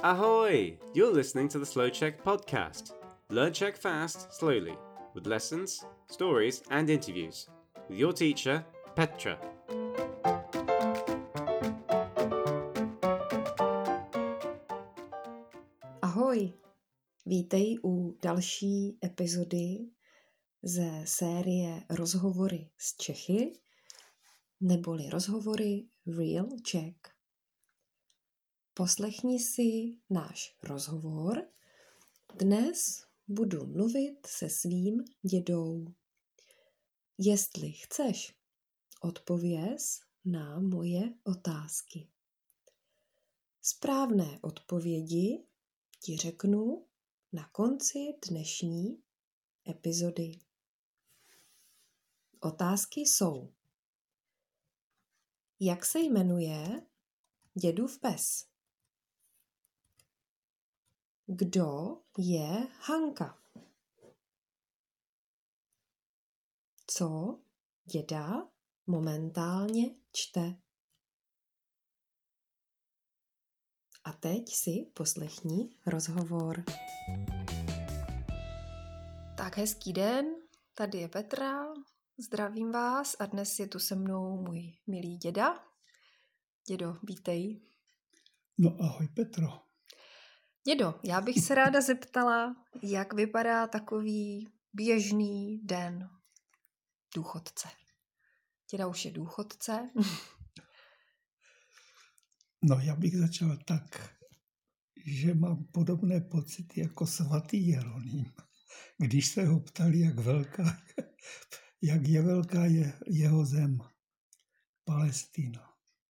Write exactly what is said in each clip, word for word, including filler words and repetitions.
Ahoy! You're listening to the Slow Czech podcast. Learn Czech fast, slowly, with lessons, stories, and interviews. With your teacher, Petra. Ahoj! Vítej u další epizody ze série Rozhovory z Čechy, neboli Rozhovory Real Czech. Poslechni si náš rozhovor. Dnes budu mluvit se svým dědou. Jestli chceš, odpověz na moje otázky. Správné odpovědi ti řeknu na konci dnešní epizody. Otázky jsou: jak se jmenuje dědův pes? Kdo je Hanka? Co děda momentálně čte? A teď si poslechni rozhovor. Tak hezký den, tady je Petra, zdravím vás a dnes je tu se mnou můj milý děda. Dědo, vítej. No ahoj Petro. Dědo, já bych se ráda zeptala, jak vypadá takový běžný den důchodce. Děda už je důchodce. No já bych začal tak, že mám podobné pocity jako svatý Jeroným. Když se ho ptali, jak velká, jak je velká je jeho zem, Palestina.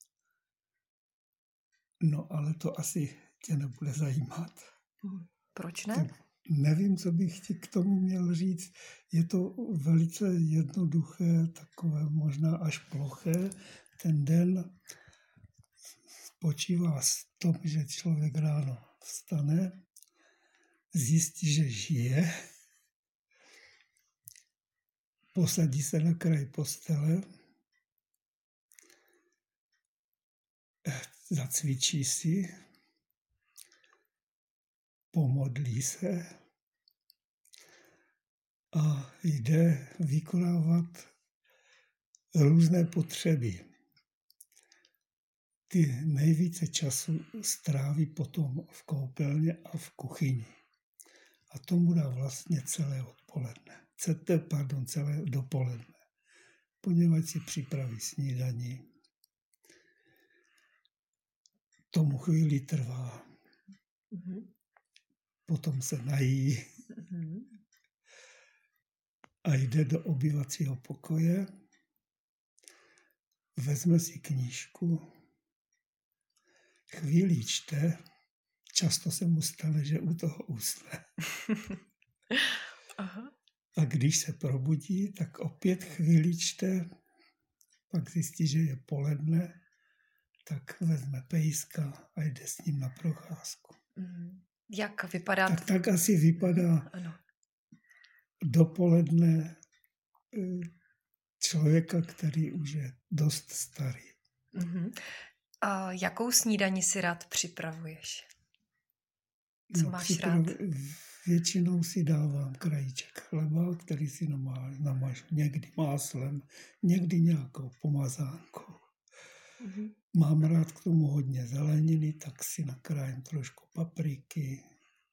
No ale to asi tě nebude zajímat. Proč ne? Tak nevím, co bych ti k tomu měl říct. Je to velice jednoduché, takové možná až ploché. Ten den spočívá v tom, že člověk ráno vstane, zjistí, že žije, posadí se na kraj postele, zacvičí si, pomodlí se a jde vykonávat různé potřeby. Ty nejvíce času stráví potom v koupelně a v kuchyni. A tomu dá vlastně celé odpoledne. Pardon, celé dopoledne. Poněvadž si připraví snídani. Tomu chvíli trvá. Mm-hmm. Potom se nají. Mm-hmm. A jde do obývacího pokoje. Vezme si knížku. Chvíli čte, často se mu stane, že u toho usne. Aha. A když se probudí, tak opět chvíli čte, pak zjistí, že je poledne, tak vezme pejska a jde s ním na procházku. Jak vypadá? Tak, tak asi vypadá ano. dopoledne člověka, který už je dost starý. Uh-huh. A jakou snídani si rád připravuješ? Co no, máš připrav... rád? Většinou si dávám krajíček chleba, který si namažu někdy máslem, někdy nějakou pomazánkou. Uh-huh. Mám rád k tomu hodně zeleniny, tak si nakrájím trošku papriky,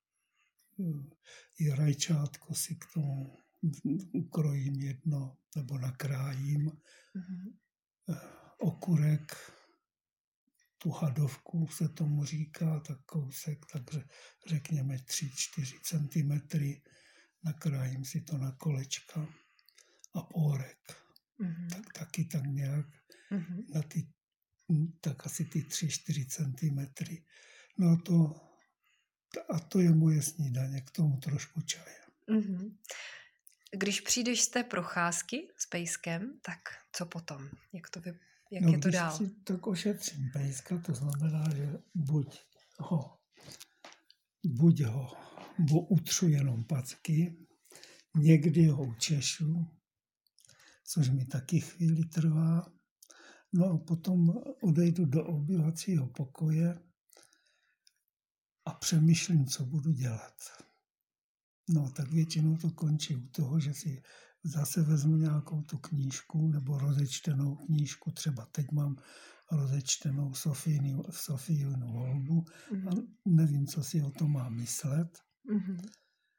i rajčátko si k tomu ukrojím jedno, nebo nakrájím. Uh-huh. Okurek, tu hadovku se tomu říká, tak kousek, takže řekněme tři čtyři centimetry, nakrájím si to na kolečka a pórek. Uh-huh. Tak taky tak nějak uh-huh. na ty, tak asi ty tři čtyři centimetry. No a to, a to je moje snídaně, k tomu trošku čaje. Uh-huh. Když přijdeš z té procházky s pejskem, tak co potom? Jak to vy... Jak no, je to dál? Si tak ošetřím pejska, to znamená, že buď ho, buď ho bo utřu jenom packy, někdy ho učešu, což mi taky chvíli trvá. No a potom odejdu do obývacího pokoje a přemýšlím, co budu dělat. No tak většinou to končí u toho, že si zase vezmu nějakou tu knížku nebo rozečtenou knížku. Třeba teď mám rozečtenou Sofíinu volbu a nevím, co si o tom mám myslet. Mm-hmm.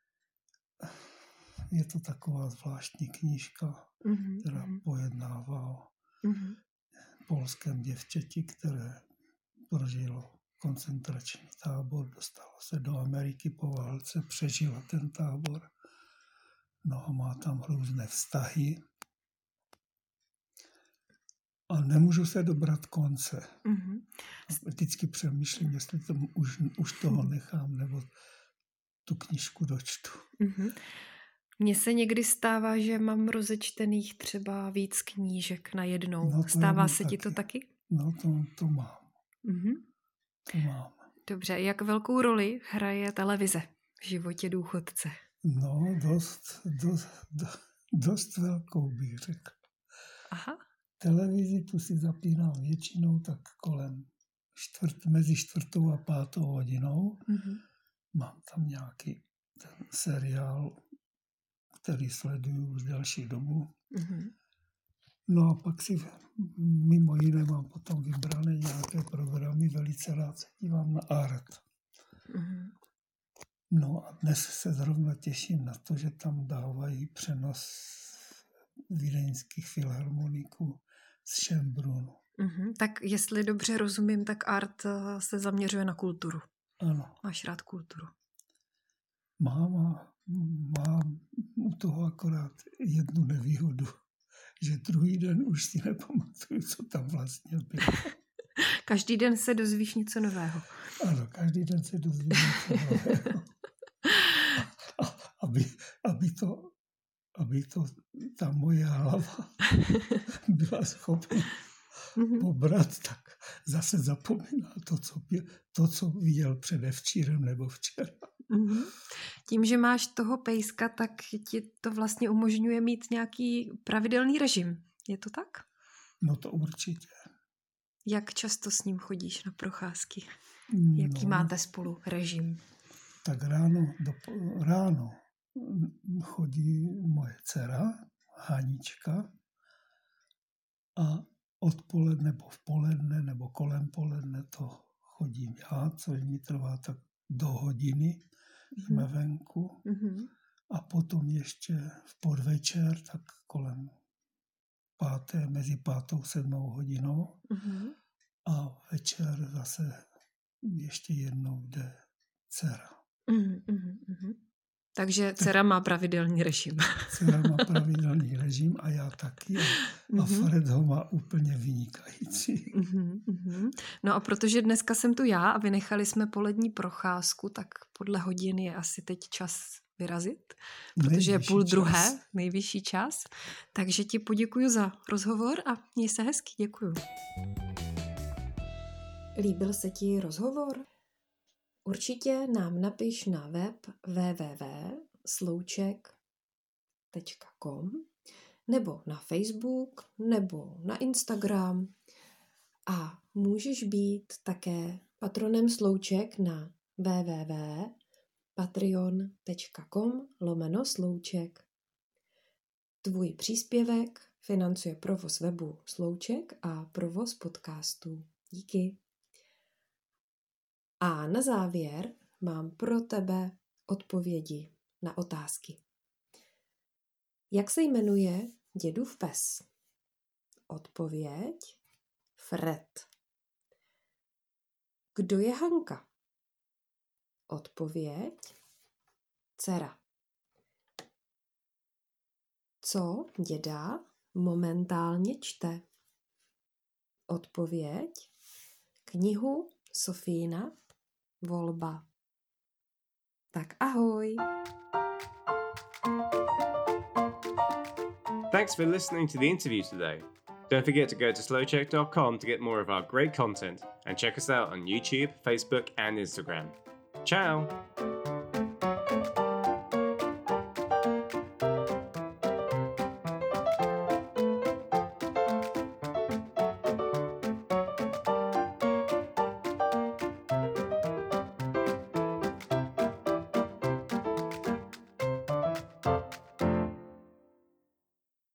Je to taková zvláštní knížka, mm-hmm. která pojednává o mm-hmm. polském děvčeti, které prožilo koncentrační tábor, dostalo se do Ameriky po válce, přežila ten tábor. No a má tam různé vztahy. A nemůžu se dobrat konce. Mm-hmm. Vždycky přemýšlím, jestli to už, už toho nechám, nebo tu knížku dočtu. Mm-hmm. Mně se někdy stává, že mám rozečtených třeba víc knížek najednou. No Stává se taky. ti to taky? No to, to mám. Mm-hmm. To mám. Dobře, jak velkou roli hraje televize v životě důchodce? No dost, dost, dost, dost velkou bych řekl. Aha. Televizi tu si zapínám většinou tak kolem čtvrt, mezi čtvrtou a pátou hodinou. Mm-hmm. Mám tam nějaký ten seriál, který sleduju už delší dobu. Mm-hmm. No a pak si mimo jiné mám potom vybrané nějaké programy, velice rád se dívám na Art. Mm-hmm. No a dnes se zrovna těším na to, že tam dávají přenos vídeňských filharmoniků z Schönbrunnu. Mm-hmm. Tak jestli dobře rozumím, tak Art se zaměřuje na kulturu. Ano. Máš rád kulturu. Mám, a mám u toho akorát jednu nevýhodu, že druhý den už si nepamatuju, co tam vlastně bylo. Každý den se dozvíš něco nového. Ano, každý den se dozvím něco nového. A, aby, aby, to, aby to ta moje hlava byla schopna pobrat, tak zase zapomíná to, co, to, co viděl předevčírem nebo včera. Mm-hmm. Tím, že máš toho pejska, tak ti to vlastně umožňuje mít nějaký pravidelný režim. Je to tak? No to určitě. Jak často s ním chodíš na procházky? No, jaký máte spolu režim? Tak ráno, do, ráno chodí moje dcera, Hanička, a odpoledne nebo v poledne nebo kolem poledne to chodím já, což mi trvá tak do hodiny, jsme mm. venku. Mm-hmm. A potom ještě v podvečer, tak kolem páté, mezi pátou sedmou hodinou. Mm-hmm. A večer zase ještě jednou jde dcera. Mm-hmm. Takže dcera má pravidelný režim. Dcera má pravidelný režim a já taky. A, mm-hmm. a Fred ho má úplně vynikající. Mm-hmm. No a protože dneska jsem tu já a vynechali jsme polední procházku, tak podle hodin je asi teď čas vyrazit, protože nejvyšší je půl druhé, čas. nejvyšší čas. Takže ti poděkuju za rozhovor a měj se hezky, děkuju. Líbil se ti rozhovor? Určitě nám napiš na web w w w tečka slouček tečka com nebo na Facebook nebo na Instagram a můžeš být také patronem Slouček na w w w tečka patreon tečka com lomeno slouček. Tvůj příspěvek financuje provoz webu Slouček a provoz podcastu. Díky. A na závěr mám pro tebe odpovědi na otázky. Jak se jmenuje dědův pes? Odpověď Fred. Kdo je Hanka? Odpověď dcera. Co děda momentálně čte? Odpověď knihu Sofína volba. Tak ahoj! Thanks for listening to the interview today. Don't forget to go to slowcheck dot com to get more of our great content and check us out on YouTube, Facebook and Instagram. Ciao!